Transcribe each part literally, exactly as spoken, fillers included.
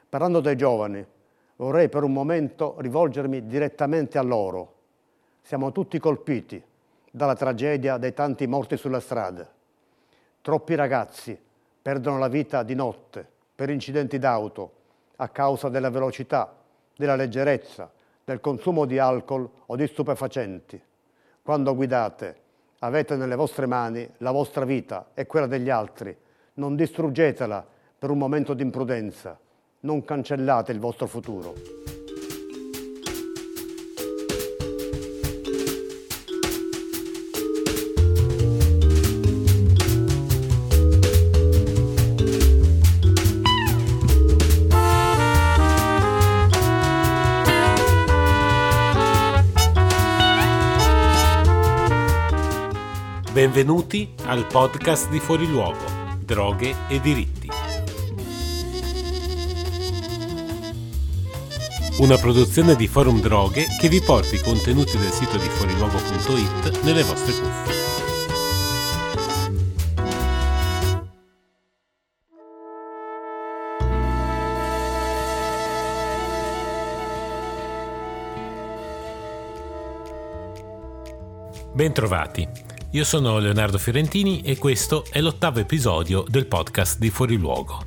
Parlando dei giovani, vorrei per un momento rivolgermi direttamente a loro. Siamo tutti colpiti dalla tragedia dei tanti morti sulla strada. Troppi ragazzi perdono la vita di notte per incidenti d'auto a causa della velocità, della leggerezza, del consumo di alcol o di stupefacenti. Quando guidate, avete nelle vostre mani la vostra vita e quella degli altri. Non distruggetela per un momento di imprudenza. Non cancellate il vostro futuro. Benvenuti al podcast di Fuori Luogo, Droghe e Diritti. Una produzione di Forum Droghe che vi porta i contenuti del sito di fuoriluogo punto it nelle vostre cuffie. Bentrovati. Io sono Leonardo Fiorentini e questo è l'ottavo episodio del podcast di Fuori Luogo.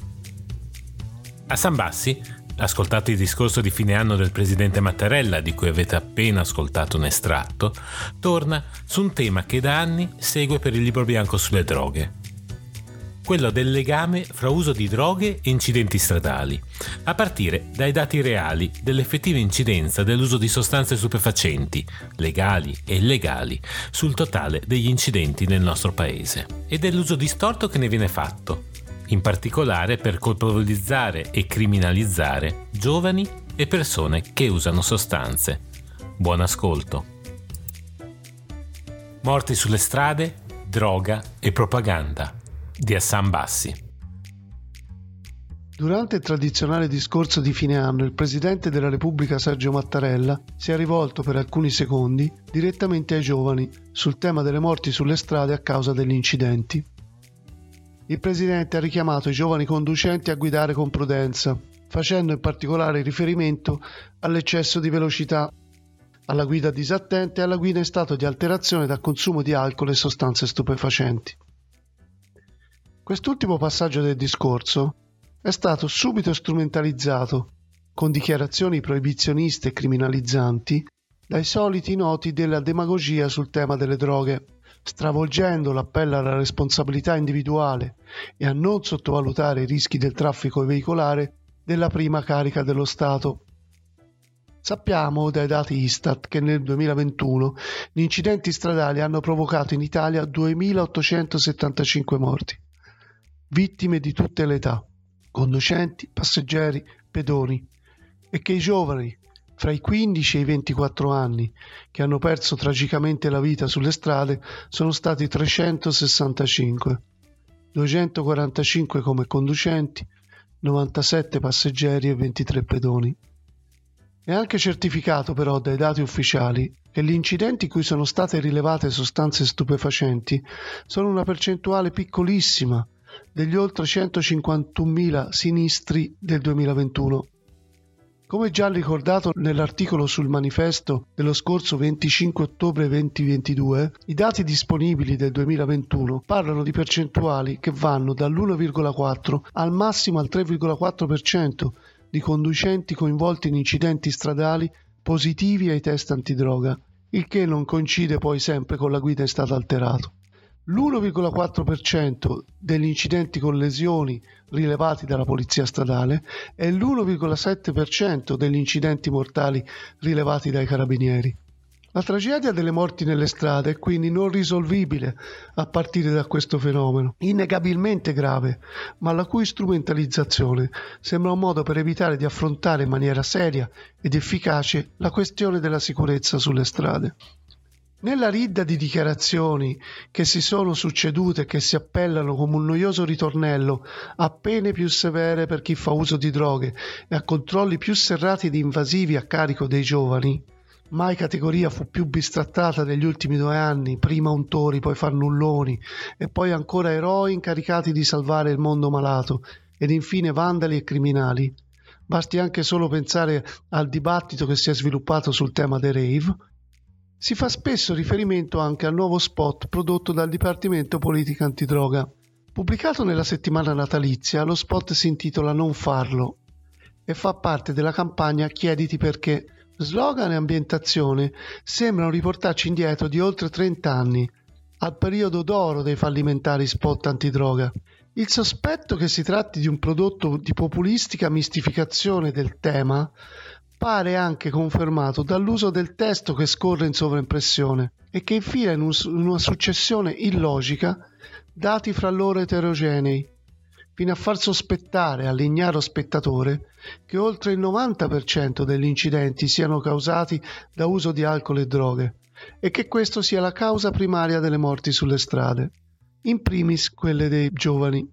A San Bassi, ascoltato il discorso di fine anno del presidente Mattarella, di cui avete appena ascoltato un estratto, torna su un tema che da anni segue per il libro bianco sulle droghe. Quello del legame fra uso di droghe e incidenti stradali, a partire dai dati reali dell'effettiva incidenza dell'uso di sostanze stupefacenti, legali e illegali, sul totale degli incidenti nel nostro paese e dell'uso distorto che ne viene fatto, in particolare per colpevolizzare e criminalizzare giovani e persone che usano sostanze. Buon ascolto. Morti sulle strade, droga e propaganda di Hassan Bassi. Durante il tradizionale discorso di fine anno, il Presidente della Repubblica Sergio Mattarella si è rivolto per alcuni secondi direttamente ai giovani sul tema delle morti sulle strade a causa degli incidenti. Il Presidente ha richiamato i giovani conducenti a guidare con prudenza, facendo in particolare riferimento all'eccesso di velocità, alla guida disattenta e alla guida in stato di alterazione da consumo di alcol e sostanze stupefacenti. Quest'ultimo passaggio del discorso è stato subito strumentalizzato con dichiarazioni proibizioniste e criminalizzanti dai soliti noti della demagogia sul tema delle droghe, stravolgendo l'appello alla responsabilità individuale e a non sottovalutare i rischi del traffico veicolare della prima carica dello Stato. Sappiamo dai dati Istat che nel duemilaventuno gli incidenti stradali hanno provocato in Italia duemilaottocentosettantacinque morti. Vittime di tutte le età, conducenti, passeggeri, pedoni, e che i giovani fra i quindici e i ventiquattro anni che hanno perso tragicamente la vita sulle strade sono stati trecentosessantacinque, duecentoquarantacinque come conducenti, novantasette passeggeri e ventitré pedoni. È anche certificato però dai dati ufficiali che gli incidenti in cui sono state rilevate sostanze stupefacenti sono una percentuale piccolissima degli oltre centocinquantunomila sinistri del duemilaventuno. Come già ricordato nell'articolo sul manifesto dello scorso venticinque ottobre duemilaventidue, i dati disponibili del duemilaventuno parlano di percentuali che vanno dall'uno virgola quattro al massimo al tre virgola quattro per cento di conducenti coinvolti in incidenti stradali positivi ai test antidroga, il che non coincide poi sempre con la guida in stato alterato. L'uno virgola quattro per cento degli incidenti con lesioni rilevati dalla polizia stradale e l'uno virgola sette per cento degli incidenti mortali rilevati dai carabinieri. La tragedia delle morti nelle strade è quindi non risolvibile a partire da questo fenomeno, innegabilmente grave, ma la cui strumentalizzazione sembra un modo per evitare di affrontare in maniera seria ed efficace la questione della sicurezza sulle strade. Nella ridda di dichiarazioni che si sono succedute e che si appellano come un noioso ritornello a pene più severe per chi fa uso di droghe e a controlli più serrati ed invasivi a carico dei giovani, mai categoria fu più bistrattata negli ultimi due anni, prima untori, poi fannulloni e poi ancora eroi incaricati di salvare il mondo malato ed infine vandali e criminali, basti anche solo pensare al dibattito che si è sviluppato sul tema dei rave, si fa spesso riferimento anche al nuovo spot prodotto dal Dipartimento Politica Antidroga. Pubblicato nella settimana natalizia, lo spot si intitola Non farlo e fa parte della campagna Chiediti perché. Slogan e ambientazione sembrano riportarci indietro di oltre trenta anni, al periodo d'oro dei fallimentari spot antidroga. Il sospetto che si tratti di un prodotto di populistica mistificazione del tema pare anche confermato dall'uso del testo che scorre in sovraimpressione e che infila in, un, in una successione illogica dati fra loro eterogenei, fino a far sospettare all'ignaro spettatore che oltre il novanta per cento degli incidenti siano causati da uso di alcol e droghe e che questo sia la causa primaria delle morti sulle strade, in primis quelle dei giovani.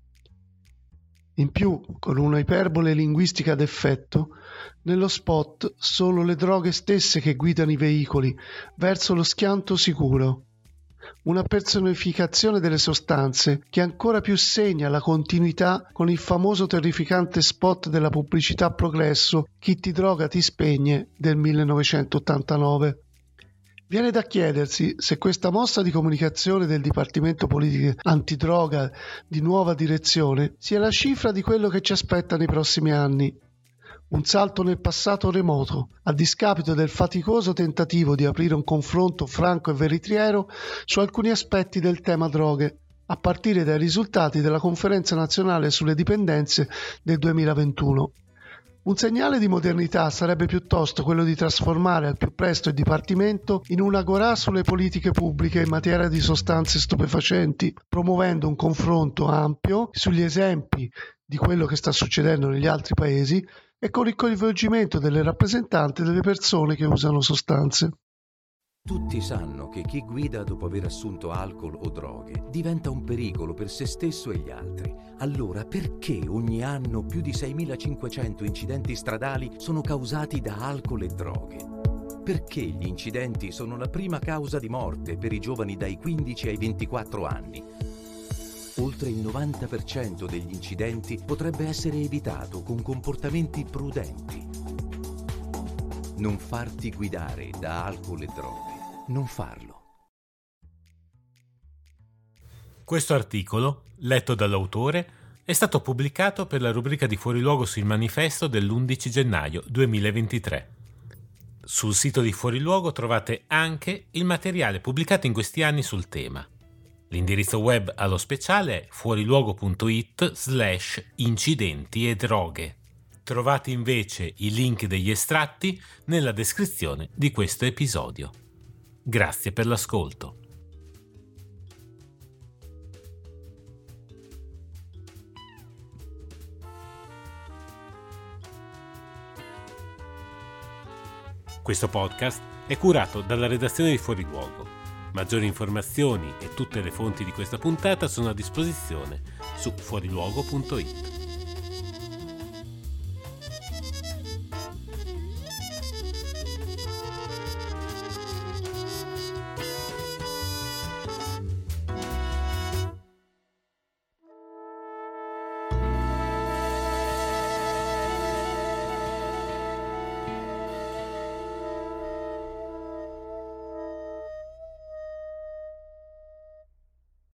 In più, con una iperbole linguistica d'effetto, nello spot sono le droghe stesse che guidano i veicoli verso lo schianto sicuro. Una personificazione delle sostanze che ancora più segna la continuità con il famoso terrificante spot della pubblicità progresso Chi ti droga ti spegne del millenovecentottantanove. Viene da chiedersi se questa mossa di comunicazione del Dipartimento Politica Antidroga di nuova direzione sia la cifra di quello che ci aspetta nei prossimi anni. Un salto nel passato remoto, a discapito del faticoso tentativo di aprire un confronto franco e veritiero su alcuni aspetti del tema droghe, a partire dai risultati della Conferenza Nazionale sulle Dipendenze del duemilaventuno. Un segnale di modernità sarebbe piuttosto quello di trasformare al più presto il Dipartimento in un agorà sulle politiche pubbliche in materia di sostanze stupefacenti, promuovendo un confronto ampio sugli esempi di quello che sta succedendo negli altri paesi e con il coinvolgimento delle rappresentanti delle persone che usano sostanze. Tutti sanno che chi guida dopo aver assunto alcol o droghe diventa un pericolo per se stesso e gli altri. Allora perché ogni anno più di seimilacinquecento incidenti stradali sono causati da alcol e droghe? Perché gli incidenti sono la prima causa di morte per i giovani dai quindici ai ventiquattro anni? Oltre il novanta per cento degli incidenti potrebbe essere evitato con comportamenti prudenti. Non farti guidare da alcol e droghe. Non farlo. Questo articolo, letto dall'autore, è stato pubblicato per la rubrica di Fuoriluogo sul Manifesto dell'undici gennaio duemilaventitré. Sul sito di Fuoriluogo trovate anche il materiale pubblicato in questi anni sul tema. L'indirizzo web allo speciale è fuoriluogo.it slash incidenti e droghe. Trovate invece i link degli estratti nella descrizione di questo episodio. Grazie per l'ascolto. Questo podcast è curato dalla redazione di Fuoriluogo. Maggiori informazioni e tutte le fonti di questa puntata sono a disposizione su fuoriluogo punto it.